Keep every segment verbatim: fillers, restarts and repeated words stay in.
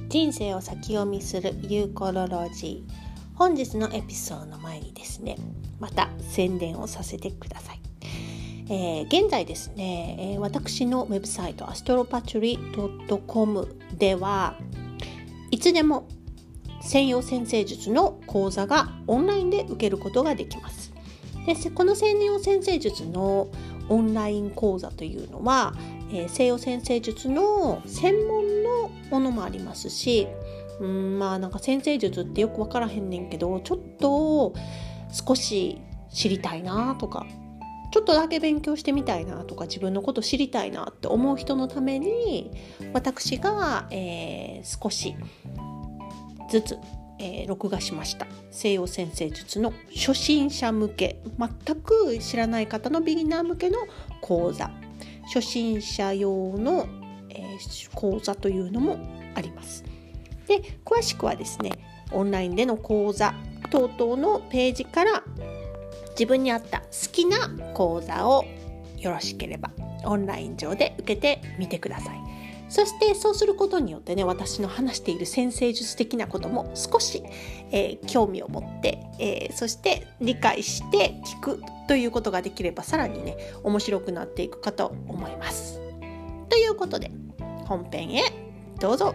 人生を先読みするユーコロロジー。本日のエピソードの前にですね、また宣伝をさせてください。えー、現在ですね、えー、私のウェブサイトアストロパチュリードットコムではいつでも専用占星術の講座がオンラインで受けることができます。でこの専用占星術のオンライン講座というのは、えー、西洋占星術の専門のものもありますし、うーんまあなんか占星術ってよく分からへんねんけど、ちょっと少し知りたいなとか、ちょっとだけ勉強してみたいなとか、自分のこと知りたいなって思う人のために、私が、えー、少しずつ、えー、録画しました西洋占星術の初心者向け、全く知らない方のビギナー向けの講座、初心者用の、えー、講座というのもあります。で詳しくはですね、オンラインでの講座等々のページから自分に合った好きな講座をよろしければオンライン上で受けてみてください。そしてそうすることによってね、私の話している占星術的なことも少し、えー、興味を持って、えー、そして理解して聞くということができれば、さらにね面白くなっていくかと思います。ということで本編へどうぞ。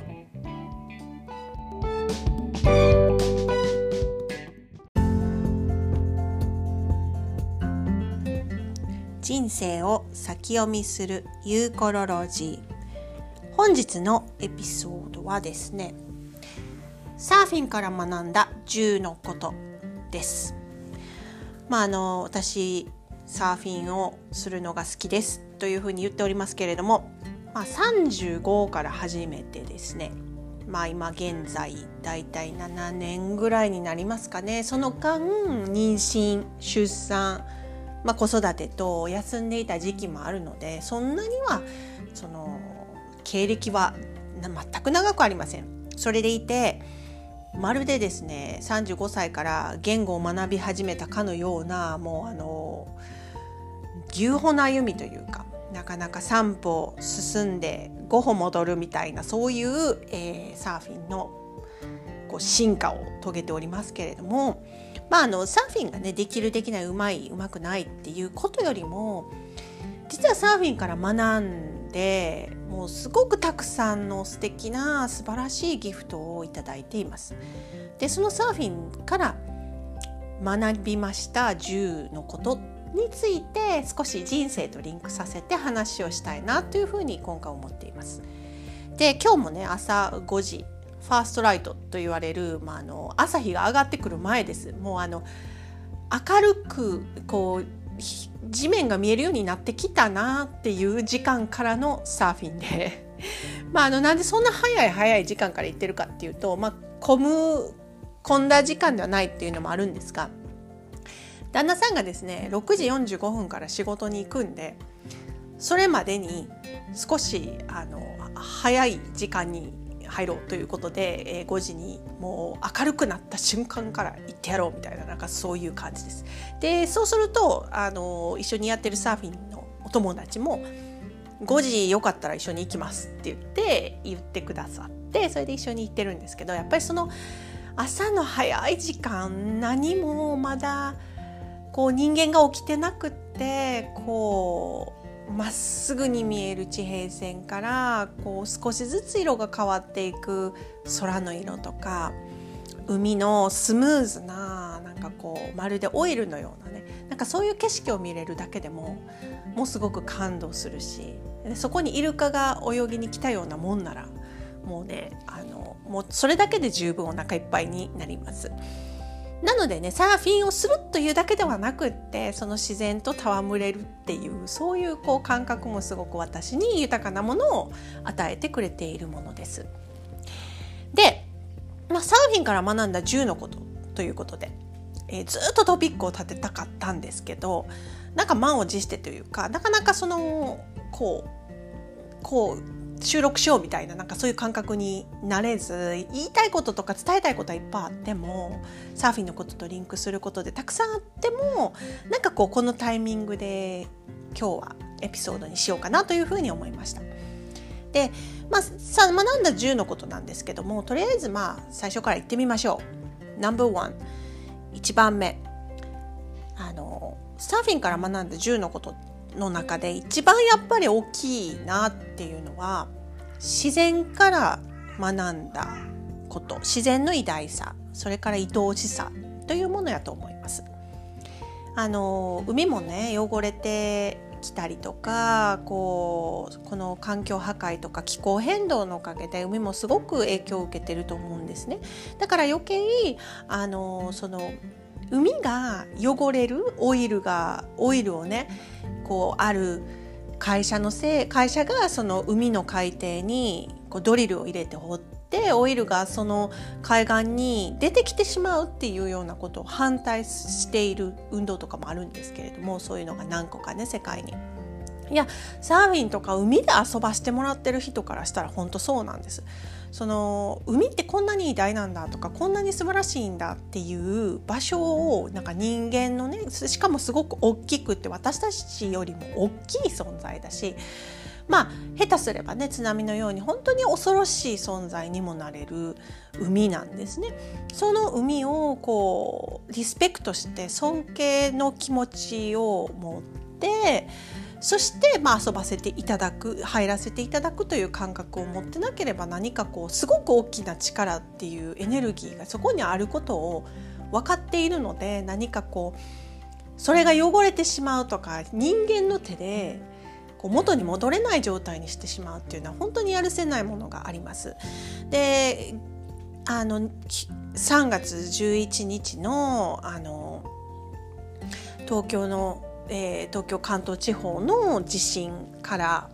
人生を先読みするユーコロロジー。本日のエピソードはですね、サーフィンから学んだじゅうのことです。まああの私サーフィンをするのが好きですというふうに言っておりますけれども、まあ、さんじゅうごから始めてですね、まあ今現在だいたいななねんぐらいになりますかね。その間妊娠出産、まあ、子育てと休んでいた時期もあるので、そんなにはその経歴は全く長くありません。それでいてまるでですね、さんじゅうごさいから言語を学び始めたかのような、もうあの牛歩の歩みというか、なかなかさん歩進んでご歩戻るみたいな、そういう、えー、サーフィンのこう進化を遂げておりますけれども、まあ、あのサーフィンがねできるできない、うまいうまくないっていうことよりも、実はサーフィンから学んでもうすごくたくさんの素敵な素晴らしいギフトをいただいています。でそのサーフィンから学びましたじゅうのことについて、少し人生とリンクさせて話をしたいなというふうに今回思っています。で今日もね、朝ごじファーストライトと言われる、まあ、あの朝日が上がってくる前です。もうあの明るくこう地面が見えるようになってきたなっていう時間からのサーフィンでまああのなんでそんな早い早い時間から行ってるかっていうと、まあ、混む混んだ時間ではないっていうのもあるんですが、旦那さんがですねろくじよんじゅうごふんから仕事に行くんで、それまでに少しあの早い時間に入ろうということで、えー、ごじにもう明るくなった瞬間から行ってやろうみたいな、なんかそういう感じです。でそうするとあの一緒にやってるサーフィンのお友達もごじよかったら一緒に行きますって言って言ってくださって、それで一緒に行ってるんですけど、やっぱりその朝の早い時間、何もまだこう人間が起きてなくって、こうまっすぐに見える地平線からこう少しずつ色が変わっていく空の色とか、海のスムーズな、なんかこうまるでオイルのようなね、なんかそういう景色を見れるだけでももうすごく感動するし、そこにイルカが泳ぎに来たようなもんならもうね、あのもうそれだけで十分お腹いっぱいになります。なのでね、サーフィンをするというだけではなくって、その自然と戯れるっていう、そういうこう感覚もすごく私に豊かなものを与えてくれているものです。で、まあ、サーフィンから学んだじゅうのことということで、えー、ずっとトピックを立てたかったんですけど、なんか満を持してというか、なかなかそのこうこう収録しようみたいな、なんかそういう感覚になれず、言いたいこととか伝えたいことはいっぱいあっても、サーフィンのこととリンクすることでたくさんあっても、なんかこうこのタイミングで今日はエピソードにしようかなというふうに思いました。 で、まあ、さ学んだじゅうのことなんですけども、とりあえずまあ最初から言ってみましょう。ナンバーワン、いちばんめ、あのサーフィンから学んだじゅうのことの中で一番やっぱり大きいなっていうのは、自然から学んだこと、自然の偉大さ、それから愛おしさというものやと思います。あの海もね汚れてきたりとか、こうこの環境破壊とか気候変動のおかげで海もすごく影響を受けてると思うんですね。だから余計あのその海が汚れる、オイルがオイルをねこうある会社のせい会社がその海の海底にこうドリルを入れて掘って、オイルがその海岸に出てきてしまうっていうようなことを反対している運動とかもあるんですけれども、そういうのが何個かね世界に。いやサーフィンとか海で遊ばしてもらってる人からしたら本当そうなんです。その海ってこんなに偉大なんだとか、こんなに素晴らしいんだっていう場所をなんか人間のね、しかもすごく大きくって私たちよりも大きい存在だし、まあ下手すればね津波のように本当に恐ろしい存在にもなれる海なんですね。その海をこうリスペクトして尊敬の気持ちを持って、そしてまあ遊ばせていただく、入らせていただくという感覚を持ってなければ、何かこうすごく大きな力っていうエネルギーがそこにあることを分かっているので、何かこうそれが汚れてしまうとか、人間の手でこう元に戻れない状態にしてしまうっていうのは本当にやるせないものがあります。で、あのさんがつじゅういちにちのあの東京のえー、東京関東地方の地震から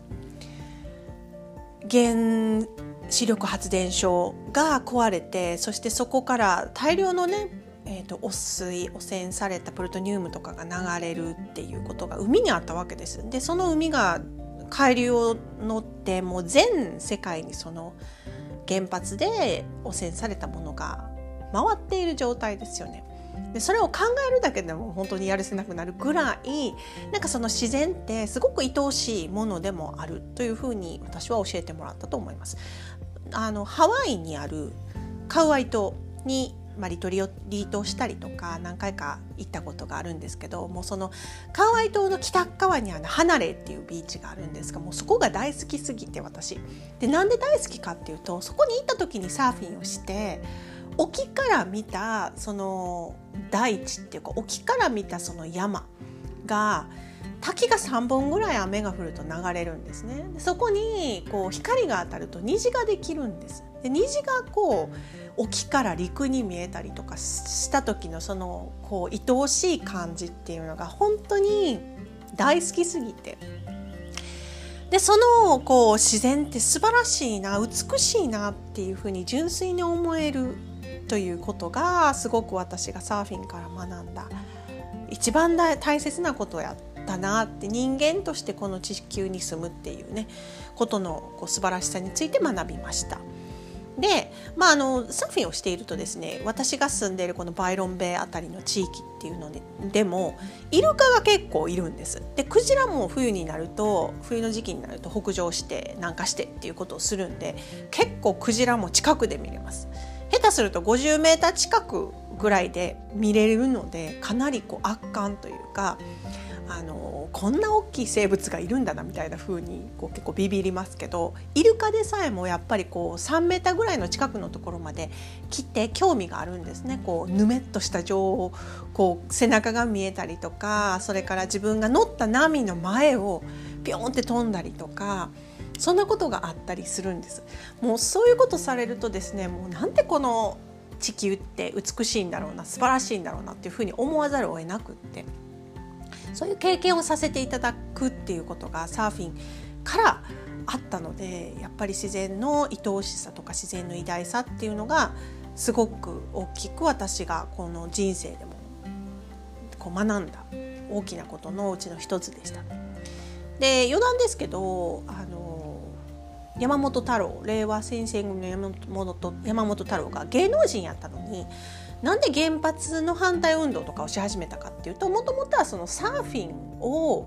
原子力発電所が壊れて、そしてそこから大量のね、えーと、汚水汚染されたプルトニウムとかが流れるっていうことが海にあったわけです。でその海が海流を乗ってもう全世界にその原発で汚染されたものが回っている状態ですよね。でそれを考えるだけでも本当にやるせなくなるぐらい、なんかその自然ってすごく愛おしいものでもあるというふうに私は教えてもらったと思います。あのハワイにあるカウアイ島に、まあ、リトリをリートしたりとか何回か行ったことがあるんですけども、そのカウアイ島の北側にあるハナレイっていうビーチがあるんですが、もうそこが大好きすぎて、私でなんで大好きかっていうと、そこに行った時にサーフィンをして沖から見たその大地っていうか、沖から見たその山が、滝がさんぼんぐらい雨が降ると流れるんですね。でそこにこう光が当たると虹ができるんです。で虹がこう沖から陸に見えたりとかした時のそのこう愛おしい感じっていうのが本当に大好きすぎて、でそのこう自然って素晴らしいな、美しいなっていうふうに純粋に思えるということが、すごく私がサーフィンから学んだ一番大切なことやったなって、人間としてこの地球に住むっていうねことのこう素晴らしさについて学びました。で、まあ、あのサーフィンをしているとですね、私が住んでいるこのバイロンベイあたりの地域っていうので、でもイルカが結構いるんです。でクジラも冬になると冬の時期になると北上して南下してっていうことをするんで、結構クジラも近くで見れます。下手するとごじゅうメーター近くぐらいで見れるので、かなりこう圧巻というか、あのこんな大きい生物がいるんだなみたいな風にこう結構ビビりますけど、イルカでさえもやっぱりこうさんメーターぐらいの近くのところまで来て興味があるんですね。こうぬめっとした状をこう背中が見えたりとか、それから自分が乗った波の前をピョンって飛んだりとか、そんなことがあったりするんです。もうそういうことされるとですね、もうなんでこの地球って美しいんだろうな、素晴らしいんだろうなっていうふうに思わざるを得なくって、そういう経験をさせていただくっていうことがサーフィンからあったので、やっぱり自然の愛おしさとか自然の偉大さっていうのがすごく大きく私がこの人生でもこう学んだ大きなことのうちの一つでした。で余談ですけど、あの山本太郎、令和新選組の山本、山本太郎が芸能人やったのに、なんで原発の反対運動とかをし始めたかっていうと、もともとはそのサーフィンを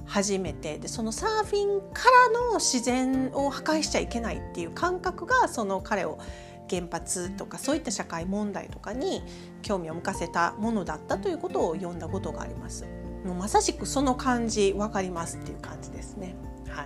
初めてで、そのサーフィンからの自然を破壊しちゃいけないっていう感覚がその彼を原発とかそういった社会問題とかに興味を向かせたものだったということを読んだことがあります。もうまさしくその感じ分かりますっていう感じですね。はい、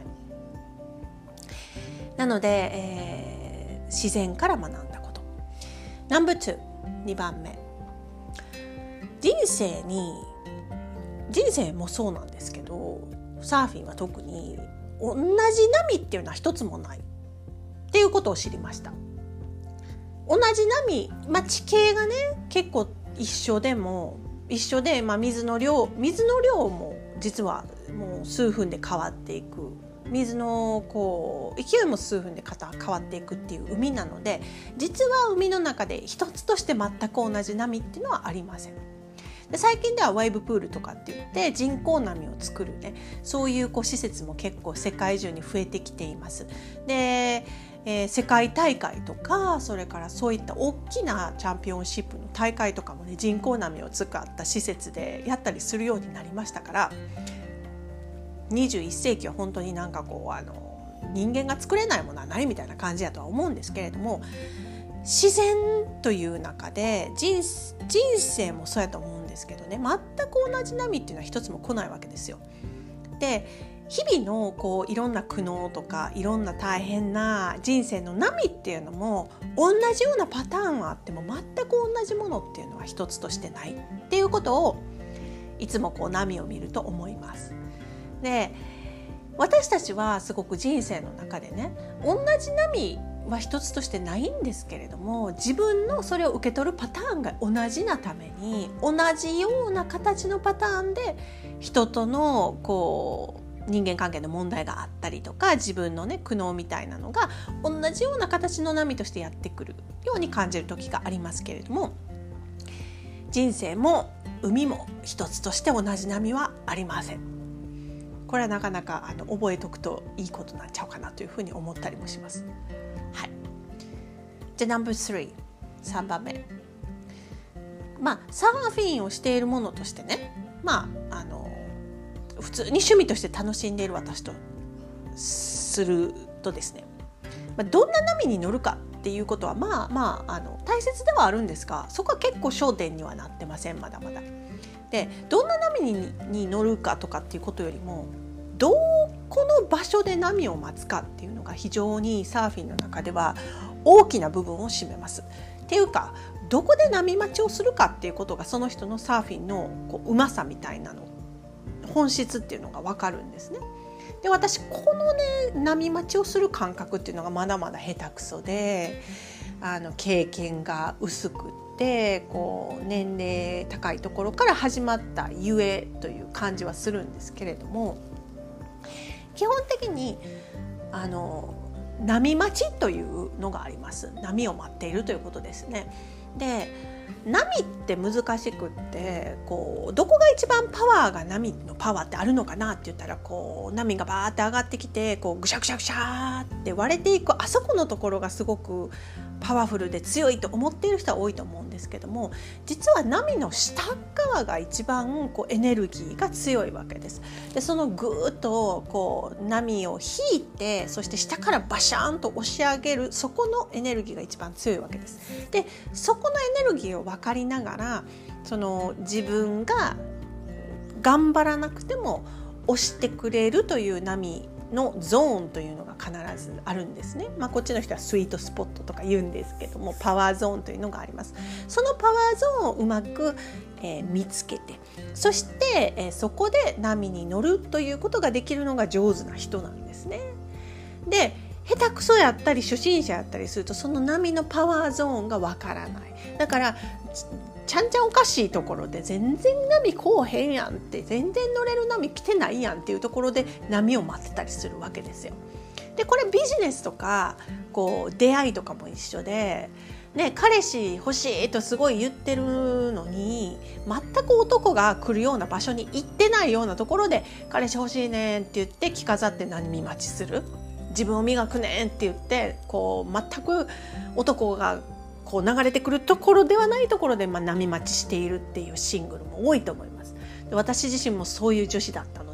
なので、えー、自然から学んだこと。ナンバーツー、にばんめ、人生に人生もそうなんですけど、サーフィンは特に同じ波っていうのは一つもないっていうことを知りました。同じ波、まあ、地形がね結構一緒でも一緒で、まあ、水の量水の量も実はもう数分で変わっていく、水のこう勢いも数分で変わっていくっていう海なので、実は海の中で一つとして全く同じ波っていうのはありません。で最近ではワイブプールとかって言って人工波を作るね、そういうこう施設も結構世界中に増えてきています。で、えー、世界大会とかそれからそういった大きなチャンピオンシップの大会とかもね、人工波を使った施設でやったりするようになりましたから、にじゅういっせいきは本当になんかこうあの人間が作れないものはないみたいな感じだとは思うんですけれども、自然という中で 人, 人生もそうやと思うんですけどね、全く同じ波っていうのは一つも来ないわけですよ。で日々のこういろんな苦悩とかいろんな大変な人生の波っていうのも同じようなパターンはあっても全く同じものっていうのは一つとしてないっていうことをいつもこう波を見ると思います。で私たちはすごく人生の中でね、同じ波は一つとしてないんですけれども、自分のそれを受け取るパターンが同じなために、同じような形のパターンで人とのこう人間関係の問題があったりとか、自分のね苦悩みたいなのが同じような形の波としてやってくるように感じる時がありますけれども、人生も海も一つとして同じ波はありません。これはなかなかあの覚えとくといいことなんちゃうかなというふうに思ったりもします。はい、じゃあナンバースリー、さんばんめ、まあサーフィンをしているものとしてね、まああの普通に趣味として楽しんでいる私とするとですね、まあ、どんな波に乗るかっていうことはまあまああの大切ではあるんですが、そこは結構焦点にはなってません。まだまだでどんな波 に, に乗るかとかっていうことよりも、どこの場所で波を待つかっていうのが非常にサーフィンの中では大きな部分を占めます。っていうか、どこで波待ちをするかっていうことがその人のサーフィンのこううまさみたいなの、本質っていうのが分かるんですね。で私このね波待ちをする感覚っていうのがまだまだ下手くそで、あの経験が薄くってこう年齢高いところから始まったゆえという感じはするんですけれども、基本的にあの波待ちというのがあります。波を待っているということですね。で波って難しくって、こうどこが一番パワーが波のパワーってあるのかなって言ったら、こう波がバーって上がってきてこうぐしゃぐしゃぐしゃって割れていく、あそこのところがすごくパワフルで強いと思っている人は多いと思うんですけども、実は波の下側が一番こうエネルギーが強いわけです。でそのぐーっとこう波を引いて、そして下からバシャーンと押し上げる、そこのエネルギーが一番強いわけです。でそこのエネルギーを分かりながら、その自分が頑張らなくても押してくれるという波のゾーンというのが必ずあるんですね。まあ、こっちの人はスイートスポットとか言うんですけども、パワーゾーンというのがあります。そのパワーゾーンをうまく、えー、見つけて、そして、えー、そこで波に乗るということができるのが上手な人なんですね。で下手くそやったり初心者やったりすると、その波のパワーゾーンがわからない。だからちゃんちゃんおかしいところで全然波こうへんやんって、全然乗れる波来てないやんっていうところで波を待ってたりするわけですよ。でこれビジネスとかこう出会いとかも一緒で、ね、彼氏欲しいとすごい言ってるのに、全く男が来るような場所に行ってないようなところで彼氏欲しいねんって言って着飾って波待ちする、自分を磨くねんって言ってこう全く男がこう流れてくるところではないところでまあ波待ちしているっていうシングルも多いと思います。で私自身もそういう女子だったの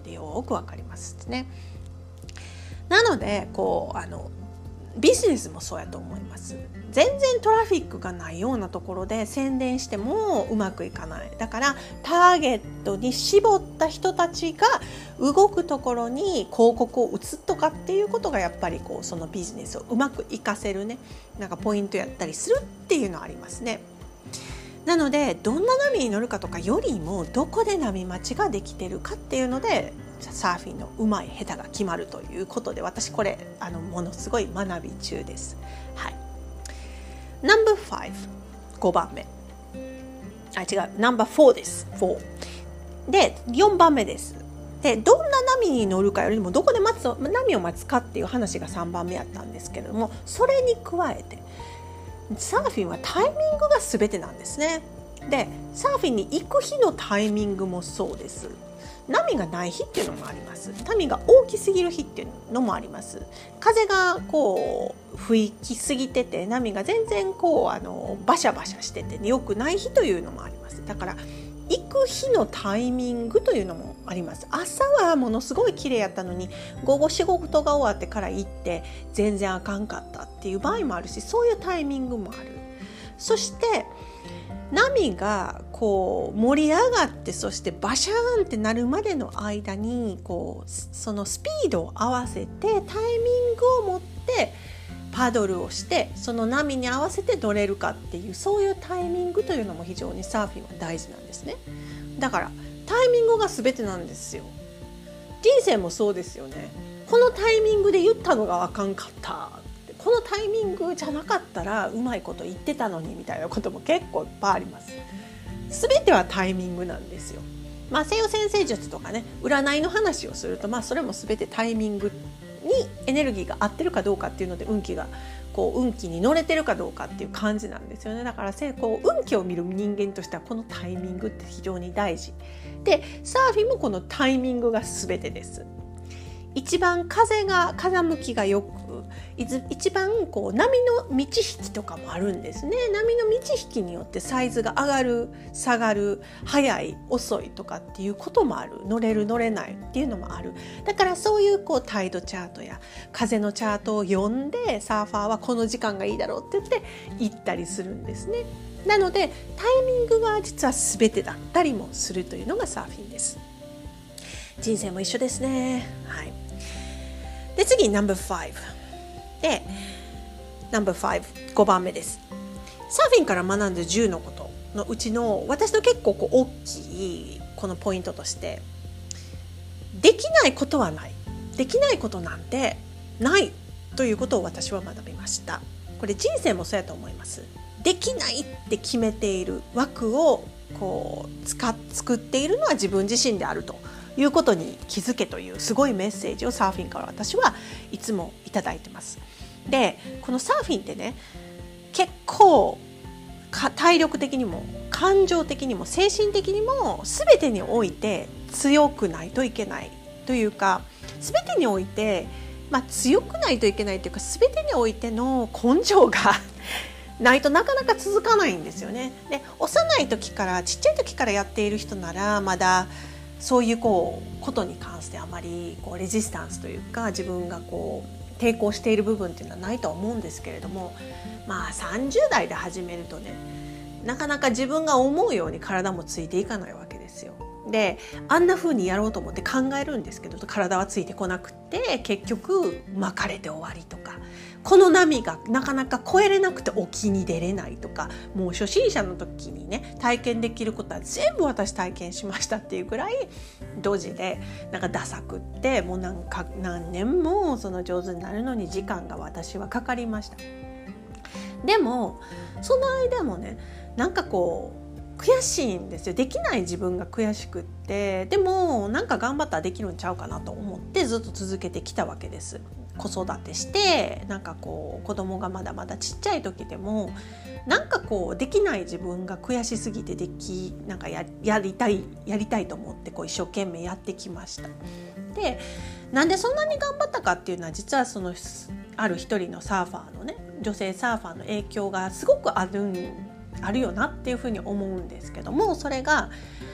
ってよくわかりますね。なのでこうあのビジネスもそうやと思います。全然トラフィックがないようなところで宣伝してもうまくいかない。だからターゲットに絞った人たちが動くところに広告を打つとかっていうことがやっぱりこうそのビジネスをうまく活かせるね、なんかポイントやったりするっていうのはありますね。なのでどんな波に乗るかとかよりもどこで波待ちができてるかっていうのでサーフィンのうまい下手が決まるということで、私これあのものすごい学び中です。はい。ナンバーファイブ、ごばんめ。あ、違う、ナンバーフォーです。よん。で、よんばんめです。で、どんな波に乗るかよりもどこで待つ波を待つかっていう話がさんばんめやったんですけれども、それに加えてサーフィンはタイミングが全てなんですね。で、サーフィンに行く日のタイミングもそうです。波がない日っていうのもあります。波が大きすぎる日っていうのもあります。風がこう吹きすぎてて波が全然こうあのバシャバシャしてて、ね、良くない日というのもあります。だから行く日のタイミングというのもあります。朝はものすごい綺麗やったのに午後仕事が終わってから行って全然あかんかったっていう場合もあるし、そういうタイミングもある。そして波がこう盛り上がって、そしてバシャーンってなるまでの間にこうそのスピードを合わせてタイミングを持ってパドルをして、その波に合わせて乗れるかっていう、そういうタイミングというのも非常にサーフィンは大事なんですね。だからタイミングが全てなんですよ。人生もそうですよね。このタイミングで言ったのがあかんかった、このタイミングじゃなかったらうまいこと言ってたのにみたいなことも結構いっぱいあります。全てはタイミングなんですよ。まあ西洋占星術とかね、占いの話をすると、まあそれも全てタイミングにエネルギーが合ってるかどうかっていうので、運気がこう運気に乗れてるかどうかっていう感じなんですよね。だからこう運気を見る人間としてはこのタイミングって非常に大事で、サーフィンもこのタイミングが全てです。一番風が風向きがよく、一番こう波の満ち引きとかもあるんですね。波の満ち引きによってサイズが上がる下がる、速い遅いとかっていうこともある。乗れる乗れないっていうのもある。だからそういうこうタイドチャートや風のチャートを読んで、サーファーはこの時間がいいだろうって言って行ったりするんですね。なのでタイミングが実は全てだったりもするというのがサーフィンです。人生も一緒ですね。はい。で、次ナンバーファイブで、ナンバーファイブ、ごばんめです。サーフィンから学んだじゅうのことのうちの私の結構こう大きいこのポイントとして、できないことはない、できないことなんてないということを私は学びました。これ人生もそうやと思います。できないって決めている枠をこう使っ作っているのは自分自身であるということに気づけというすごいメッセージをサーフィンから私はいつもいただいてます。で、このサーフィンってね、結構体力的にも感情的にも精神的にも全てにおいて強くないといけないというか、全てにおいて、まあ、強くないといけないというか、全てにおいての根性がないとなかなか続かないんですよね。で、幼い時からちっちゃい時からやっている人ならまだそういうこうことに関してあまりこうレジスタンスというか、自分がこう抵抗している部分っていうのはないとは思うんですけれども、まあさんじゅう代で始めるとね、なかなか自分が思うように体もついていかないわけですよ。で、あんな風にやろうと思って考えるんですけど、体はついてこなくって結局巻かれて終わりとか、この波がなかなか越えれなくて沖に出れないとか、もう初心者の時にね体験できることは全部私体験しましたっていうぐらいドジで、なんかダサくって、もうなんか何年もその上手になるのに時間が私はかかりました。でもその間もね、なんかこう悔しいんですよ。できない自分が悔しくって、でもなんか頑張ったらできるんちゃうかなと思ってずっと続けてきたわけです。子育てして、なんかこう子供がまだまだちっちゃい時でもなんかこうできない自分が悔しすぎてできなんか や, やりたいやりたいと思ってこう一生懸命やってきました。で、なんでそんなに頑張ったかっていうのは、実はそのある一人のサーファーのね、女性サーファーの影響がすごくあるんあるよなっていうふうに思うんですけども、それが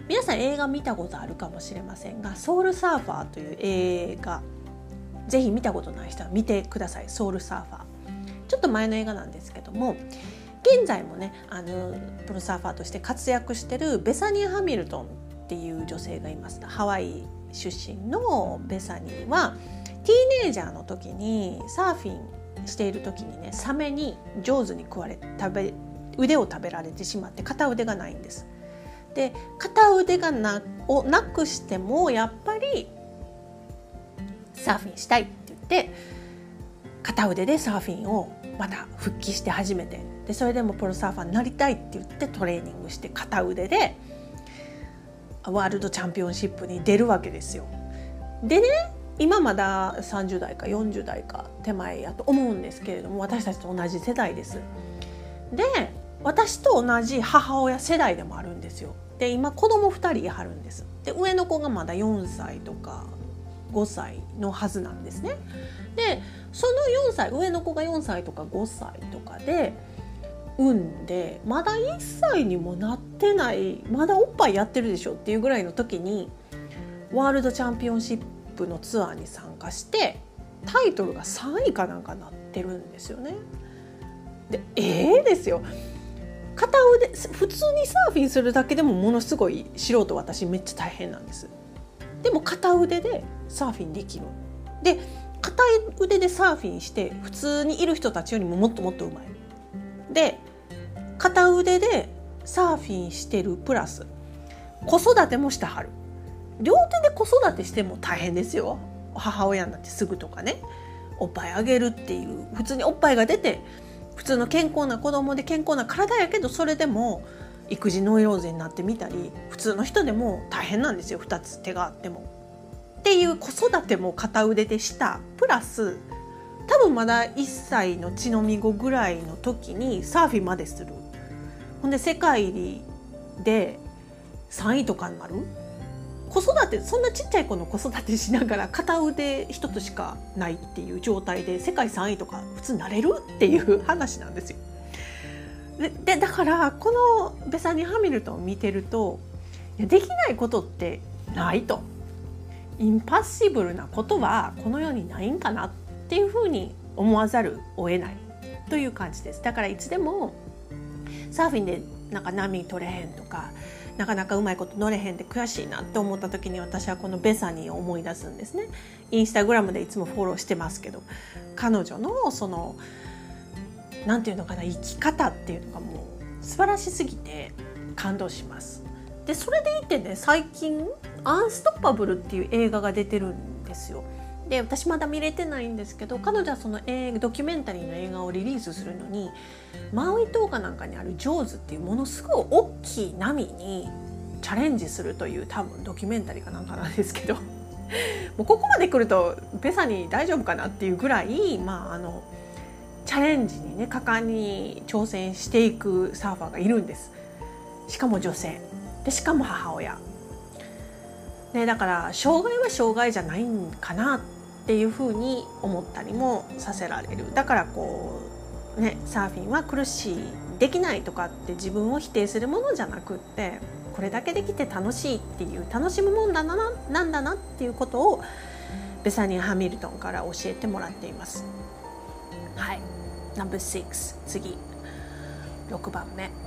皆さん映画見たことあるかもしれませんが、ソウルサーファーという映画、ぜひ見たことない人は見てください。ソウルサーファー、ちょっと前の映画なんですけども、現在もねあのプロサーファーとして活躍してるベサニー・ハミルトンっていう女性がいます。ハワイ出身のベサニーはティーネイジャーの時にサーフィンしている時にね、サメに上手に食われ食べ腕を食べられてしまって片腕がないんです。で片腕がなをなくしてもやっぱりサーフィンしたいって言って片腕でサーフィンをまた復帰して始めて、でそれでもプロサーファーになりたいって言ってトレーニングして片腕でワールドチャンピオンシップに出るわけですよ。でね、今まださんじゅう代かよんじゅう代か手前やと思うんですけれども、私たちと同じ世代です。で私と同じ母親世代でもあるんですよ。で今子供ふたりいはるんです。で上の子がまだよんさいとかごさいのはずなんですね。でそのよんさい、上の子がよんさいとかごさいとかで産んで、まだいっさいにもなってない、まだおっぱいやってるでしょっていうぐらいの時にワールドチャンピオンシップのツアーに参加してタイトルがさんいかなんかなってるんですよね。でええー、ですよ。片腕普通にサーフィンするだけでもものすごい素人、私めっちゃ大変なんです。でも片腕でサーフィンできる。で片腕でサーフィンして普通にいる人たちよりももっともっとうまい。で片腕でサーフィンしてるプラス子育てもしてはる。両手で子育てしても大変ですよ。母親になってすぐとかね、おっぱいあげるっていう、普通におっぱいが出て普通の健康な子供で健康な体やけど、それでも育児ノイローゼになってみたり、普通の人でも大変なんですよ、ふたつ手があってもっていう子育ても片腕でしたプラス、多分まだいっさいの血のみ子ぐらいの時にサーフィンまでする。ほんで世界でさんいとかになる。子育て、そんなちっちゃい子の子育てしながら片腕一つしかないっていう状態で世界さんいとか普通なれるっていう話なんですよ。で, でだからこのベサニー・ハミルトンを見てると、いやできないことってないと、インパッシブルなことはこの世にないんかなっていうふうに思わざるを得ないという感じです。だからいつでもサーフィンでなんか波取れへんとか、なかなかうまいこと乗れへんで悔しいなって思った時に、私はこのベサニーを思い出すんですね。インスタグラムでいつもフォローしてますけど、彼女のそのなんていうのかな、生き方っていうのがもう素晴らしすぎて感動します。でそれでいてね、最近アンストッパブルっていう映画が出てるんですよ。で私まだ見れてないんですけど、彼女はその映画ドキュメンタリーの映画をリリースするのにマウイ島かなんかにあるジョーズっていうものすごい大きい波にチャレンジするという、多分ドキュメンタリーかなんかなんですけどもうここまで来るとベサニー大丈夫かなっていうぐらい、まあ、あのチャレンジにね果敢に挑戦していくサーファーがいるんです。しかも女性で、しかも母親、ね、だから障害は障害じゃないんかなっていうふうに思ったりもさせられる。だからこうね、サーフィンは苦しい、できないとかって自分を否定するものじゃなくって、これだけできて楽しいっていう、楽しむもんだな、なんだなっていうことをベサニー・ハミルトンから教えてもらっています。はい、ナンバーろく、次ろくばんめ、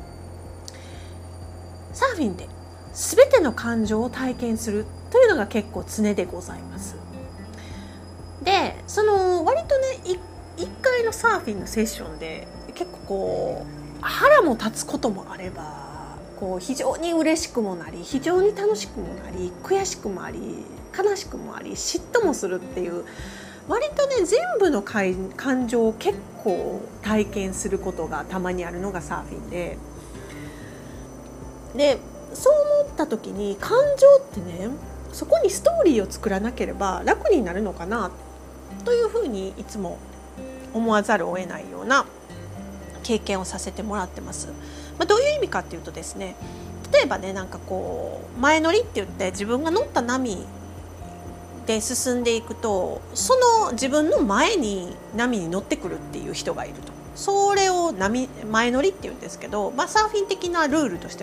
サーフィンで全ての感情を体験するというのが結構常でございます。でその割とね、いっかいのサーフィンのセッションで結構こう腹も立つこともあれば、こう非常に嬉しくもなり、非常に楽しくもなり、悔しくもあり、悲しくもあり、嫉妬もするっていう、割とね全部の感情を結構体験することがたまにあるのがサーフィンで、でそう思った時に、感情ってね、そこにストーリーを作らなければ楽になるのかなというふうにいつも思わざるを得ないような経験をさせてもらってます。まあ、どういう意味かっていうとですね、例えばね、なんかこう前乗りって言って自分が乗った波で進んでいくと、その自分の前に波に乗ってくるっていう人がいると、それを波前乗りって言うんですけど、まあ、サーフィン的なルールとしてはや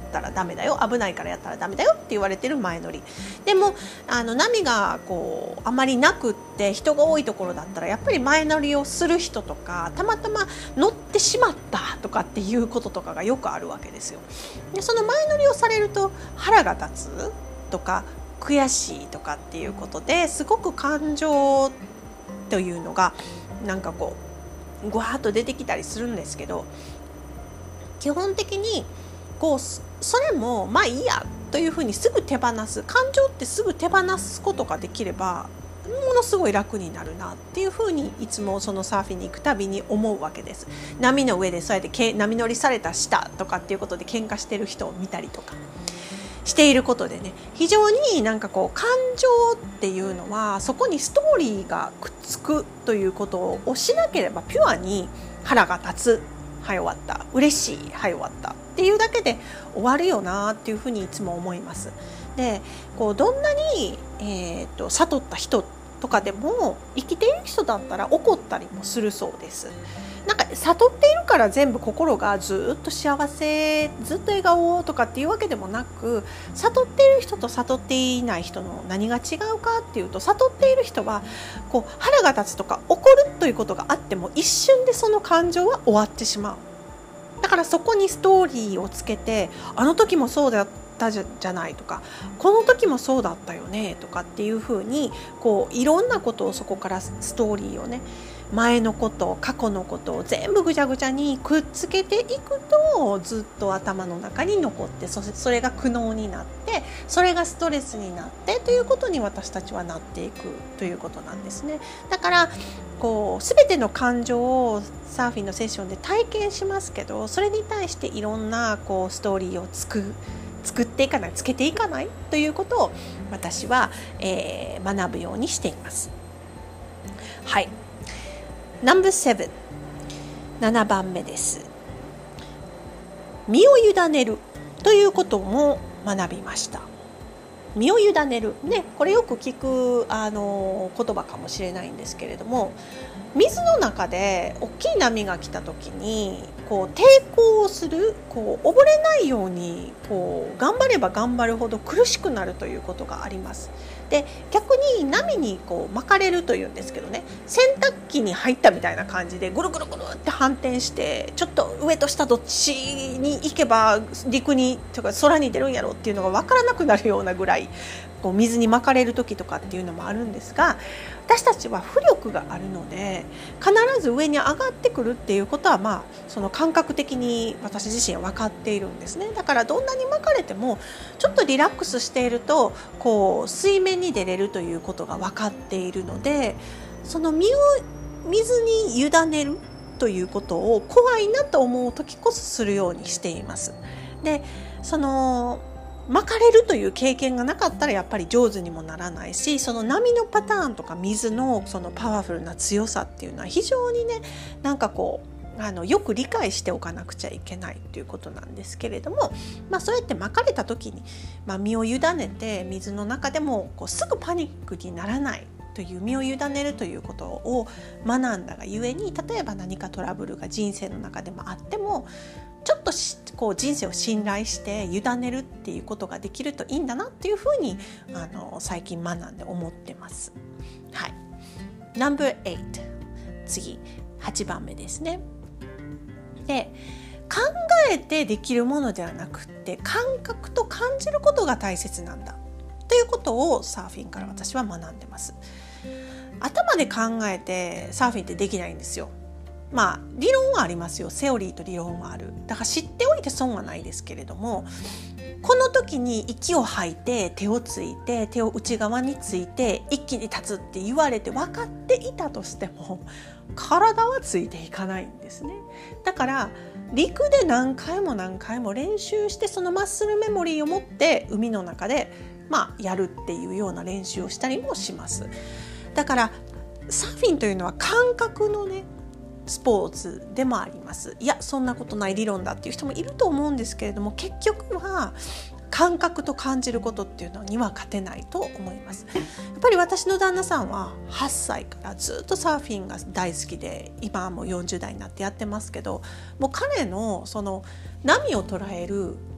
ったらダメだよ、危ないからやったらダメだよって言われてる前乗りでも、あの波がこうあまりなくって人が多いところだったらやっぱり前乗りをする人とか、たまたま乗ってしまったとかっていうこととかがよくあるわけですよ。でその前乗りをされると腹が立つとか悔しいとかっていうことですごく感情というのがなんかこうぐわーっと出てきたりするんですけど、基本的にこうそれもまあいいやというふうにすぐ手放す、感情ってすぐ手放すことができればものすごい楽になるなっていうふうにいつもそのサーフィンに行くたびに思うわけです。波の上でそうやって波乗りされたしたとかっていうことで喧嘩してる人を見たりとかしていることでね、非常になんかこう感情っていうのはそこにストーリーがくっつくということをしなければピュアに腹が立つ、はい終わった、嬉しい、はい終わったっていうだけで終わるよなっていうふうにいつも思います。でこうどんなに、えー、と悟った人とかでも生きている人だったら怒ったりもするそうです。なんか悟っているから全部心がずっと幸せ、ずっと笑顔とかっていうわけでもなく、悟っている人と悟っていない人の何が違うかっていうと、悟っている人はこう腹が立つとか怒るということがあっても一瞬でその感情は終わってしまう。だからそこにストーリーをつけて、あの時もそうだったじ ゃ, じゃないとか、この時もそうだったよねとかっていう風にこういろんなことをそこからストーリーをね、前のこと過去のことを全部ぐちゃぐちゃにくっつけていくとずっと頭の中に残って、 そ, それが苦悩になって、それがストレスになってということに私たちはなっていくということなんですね。だからこう全ての感情をサーフィンのセッションで体験しますけど、それに対していろんなこうストーリーを作る作っていかない、つけていかないということを私は、えー、学ぶようにしています。はい、ナンバーセブン、ななばんめです。身を委ねるということも学びました。身を委ねる、ね、これよく聞くあの言葉かもしれないんですけれども、水の中で大きい波が来た時にこう抵抗をする、こう溺れないようにこう頑張れば頑張るほど苦しくなるということがあります。で逆に波にこう巻かれるというんですけどね、洗濯機に入ったみたいな感じでぐるぐるぐるって反転して、ちょっと上と下どっちに行けば陸にとか空に出るんやろっていうのが分からなくなるようなぐらいこう水に巻かれる時とかっていうのもあるんですが、私たちは浮力があるので必ず上に上がってくるっていうことは、まあその感覚的に私自身は分かっているんですね。だからどんなに巻かれてもちょっとリラックスしているとこう水面に出れるということが分かっているので、その身を水に委ねるということを怖いなと思う時こそするようにしています。でその巻かれるという経験がなかったらやっぱり上手にもならないし、その波のパターンとか水のそのパワフルな強さっていうのは非常にね、なんかこうあのよく理解しておかなくちゃいけないということなんですけれども、まあ、そうやって巻かれた時に、まあ、身を委ねて水の中でもこうすぐパニックにならないという、身を委ねるということを学んだがゆえに、例えば何かトラブルが人生の中でもあってもちょっとこう人生を信頼して委ねるっていうことができるといいんだなっていうふうにあの最近学んで思ってます。はい、ナンバーエイト、次はちばんめですね。で考えてできるものではなくって感覚と感じることが大切なんだということをサーフィンから私は学んでます。頭で考えてサーフィンってできないんですよ。まあ理論はありますよ。セオリーと理論はある。だから知っておいて損はないですけれども、この時に息を吐いて手をついて手を内側について一気に立つって言われて分かっていたとしても体はついていかないんですね。だから陸で何回も何回も練習して、そのマッスルメモリーを持って海の中でまあやるっていうような練習をしたりもします。だからサーフィンというのは感覚のねスポーツでもあります。いやそんなことない理論だっていう人もいると思うんですけれども、結局は感覚と感じることっていうのには勝てないと思います。やっぱり私の旦那さんははっさいからずっとサーフィンが大好きで、今はもうよんじゅう代になってやってますけど、もう彼のその波を捉える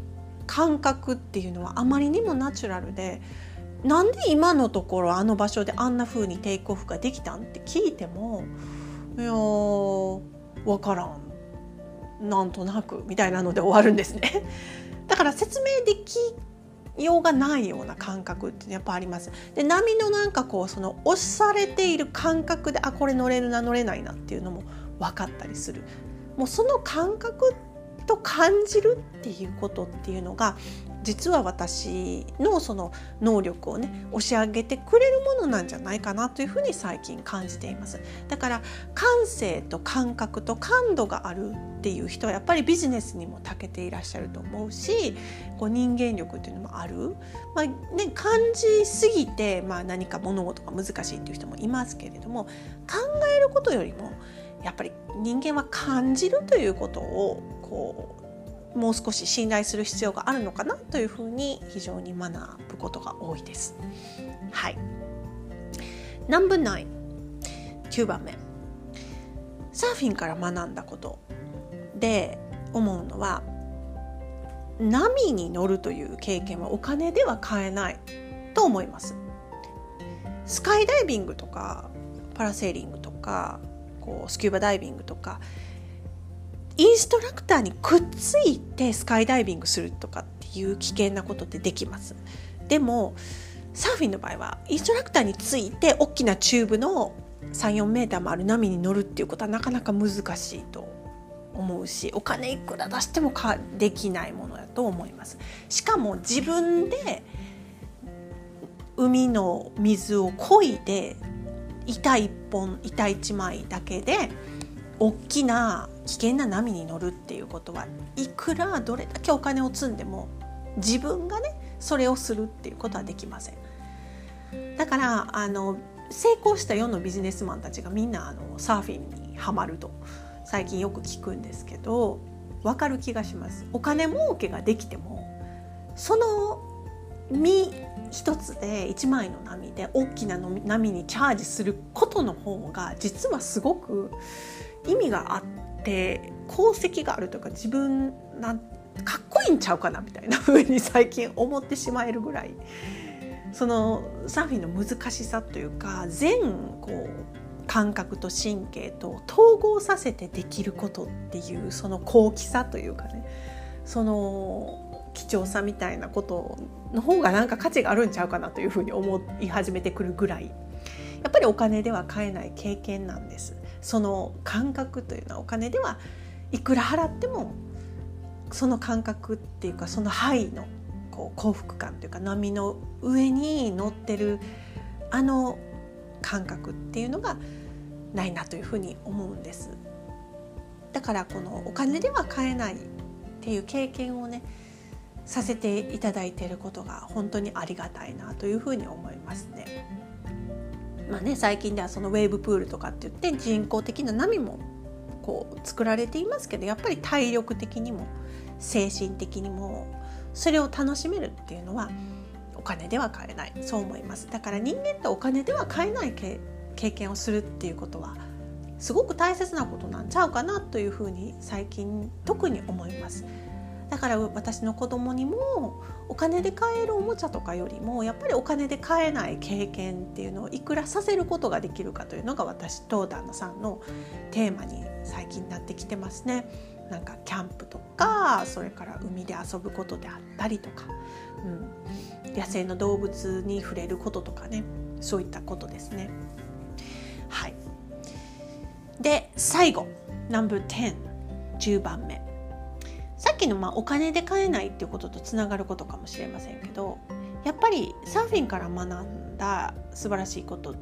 感覚っていうのはあまりにもナチュラルで、なんで今のところあの場所であんな風にテイクオフができたんって聞いても、いやーわからん、なんとなくみたいなので終わるんですね。だから説明できようがないような感覚ってやっぱあります。で、波のなんかこうその押されている感覚で、あ、これ乗れるな乗れないなっていうのも分かったりする。もうその感覚と感じるっていうことっていうのが、実は私のその能力をね押し上げてくれるものなんじゃないかなというふうに最近感じています。だから感性と感覚と感度があるっていう人はやっぱりビジネスにも長けていらっしゃると思うし、こう人間力っていうのもある、まあね、感じすぎて、まあ、何か物事が難しいっていう人もいますけれども、考えることよりもやっぱり人間は感じるということをこうもう少し信頼する必要があるのかなというふうに非常に学ぶことが多いです。はい。ナンバーナイン、きゅうばんめ、サーフィンから学んだことで思うのは、波に乗るという経験はお金では買えないと思います。スカイダイビングとかパラセーリングとかこうスキューバダイビングとか、インストラクターにくっついてスカイダイビングするとかっていう危険なことってできます。でもサーフィンの場合はインストラクターについて大きなチューブのさん、よんメーターもある波に乗るっていうことはなかなか難しいと思うし、お金いくら出してもかできないものだと思います。しかも自分で海の水を漕いで板一本板一枚だけで大きな危険な波に乗るっていうことは、いくらどれだけお金を積んでも自分がねそれをするっていうことはできません。だからあの成功した世のビジネスマンたちがみんなあのサーフィンにハマると最近よく聞くんですけど、分かる気がします。お金儲けができてもその身一つで一枚の波で大きな波にチャージすることの方が実はすごく意味があって功績があるというか、自分なんかっこいいんちゃうかなみたいな風に最近思ってしまえるぐらい、そのサーフィンの難しさというか、全こう感覚と神経と統合させてできることっていうその高貴さというかね、その貴重さみたいなことの方がなんか価値があるんちゃうかなというふうに思い始めてくるぐらい、やっぱりお金では買えない経験なんです。その感覚というのはお金ではいくら払ってもその感覚っていうか、そのハイのこう幸福感というか、波の上に乗ってるあの感覚っていうのがないなというふうに思うんです。だからこのお金では買えないっていう経験をねさせていただいていることが本当にありがたいなというふうに思いますね。まあね、最近ではそのウェーブプールとかって言って人工的な波もこう作られていますけど、やっぱり体力的にも精神的にもそれを楽しめるっていうのはお金では買えない、そう思います。だから人間ってお金では買えない経験をするっていうことはすごく大切なことなんちゃうかなというふうに最近特に思います。だから私の子供にもお金で買えるおもちゃとかよりもやっぱりお金で買えない経験っていうのをいくらさせることができるかというのが私と旦那さんのテーマに最近なってきてますね。なんかキャンプとか、それから海で遊ぶことであったりとか、うん、野生の動物に触れることとかね、そういったことですね。はい。で最後ナンバーじゅう、じゅうばんめ、さっきのまあお金で買えないっていうこととつながることかもしれませんけど、やっぱりサーフィンから学んだ素晴らしいことって、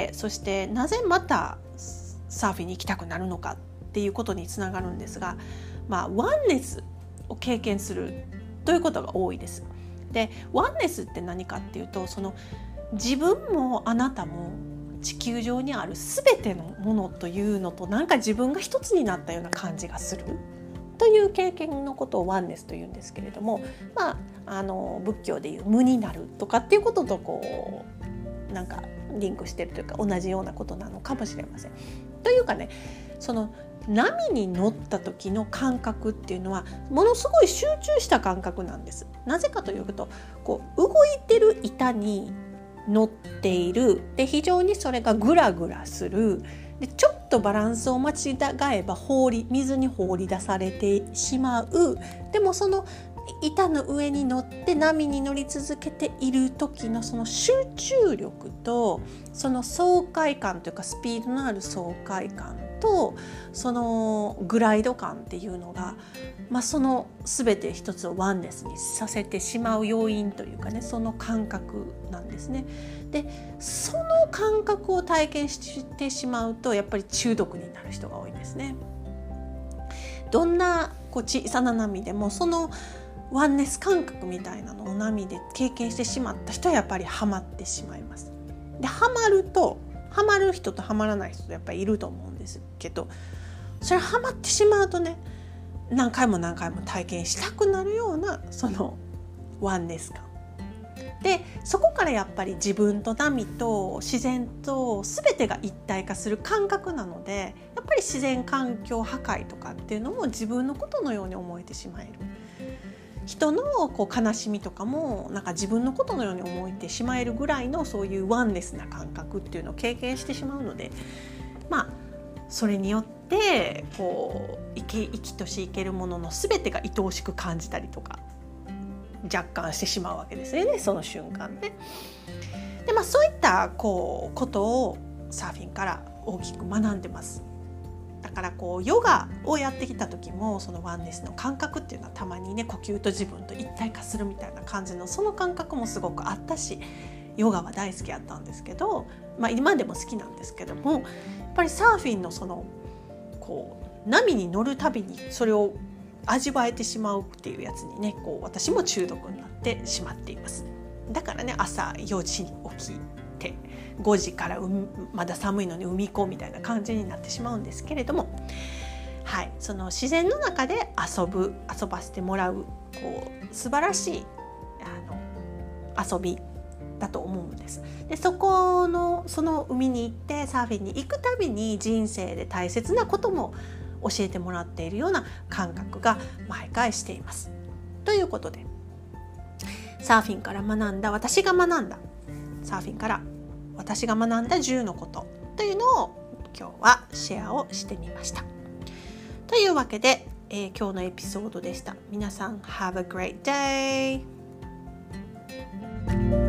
そしてなぜまたサーフィンに行きたくなるのかっていうことにつながるんですが、まあワンネスを経験するということが多いです。でワンネスって何かっていうと、その自分もあなたも地球上にあるすべてのものというのとなんか自分が一つになったような感じがするという経験のことをワンネスというんですけれども、まあ、あの仏教でいう無になるとかっていうこととこうなんかリンクしてるというか同じようなことなのかもしれません。というかね、 その波に乗った時の感覚っていうのはものすごい集中した感覚なんです。なぜかというと、こう動いてる板に乗っている、で非常にそれがグラグラする、でちょっとバランスを間違えば放り水に放り出されてしまう。でもその板の上に乗って波に乗り続けている時のその集中力と、その爽快感というかスピードのある爽快感と、そのグライド感っていうのが、まあ、その全て一つをワンネスにさせてしまう要因というかね、その感覚なんですね。でその感覚を体験してしまうとやっぱり中毒になる人が多いんですね。どんなこう小さな波でもそのワンネス感覚みたいなのを波で経験してしまった人はやっぱりハマってしまいます。でハマるとハマる人とハマらない人とやっぱりいると思うんですけど、それハマってしまうとね、何回も何回も体験したくなるようなそのワンネス感で、そこからやっぱり自分と波と自然と全てが一体化する感覚なので、やっぱり自然環境破壊とかっていうのも自分のことのように思えてしまえる。人のこう悲しみとかもなんか自分のことのように思えてしまえるぐらいのそういうワンネスな感覚っていうのを経験してしまうので、まあそれによってこう生き生きとし生けるものの全てが愛おしく感じたりとか若干してしまうわけですよね、その瞬間で。で、まあ、そういったこうことをサーフィンから大きく学んでます。だからこうヨガをやってきた時もそのワンネスの感覚っていうのはたまにね、呼吸と自分と一体化するみたいな感じのその感覚もすごくあったし、ヨガは大好きやったんですけど、まあ、今でも好きなんですけども、やっぱりサーフィンのそのこう波に乗るたびにそれを味わえてしまうっていうやつにね、こう私も中毒になってしまっています。だからね、朝よじに起きてごじから海まだ寒いのに海行こうみたいな感じになってしまうんですけれども、はい、その自然の中で遊ぶ遊ばせてもらうこう素晴らしいあの遊びだと思うんです。でそこのその海に行ってサーフィンに行くたびに人生で大切なことも教えてもらっているような感覚が毎回しています。ということで、サーフィンから学んだ私が学んだサーフィンから私が学んだじゅうのことというのを今日はシェアをしてみました。というわけで、えー、今日のエピソードでした。皆さん Have a great day!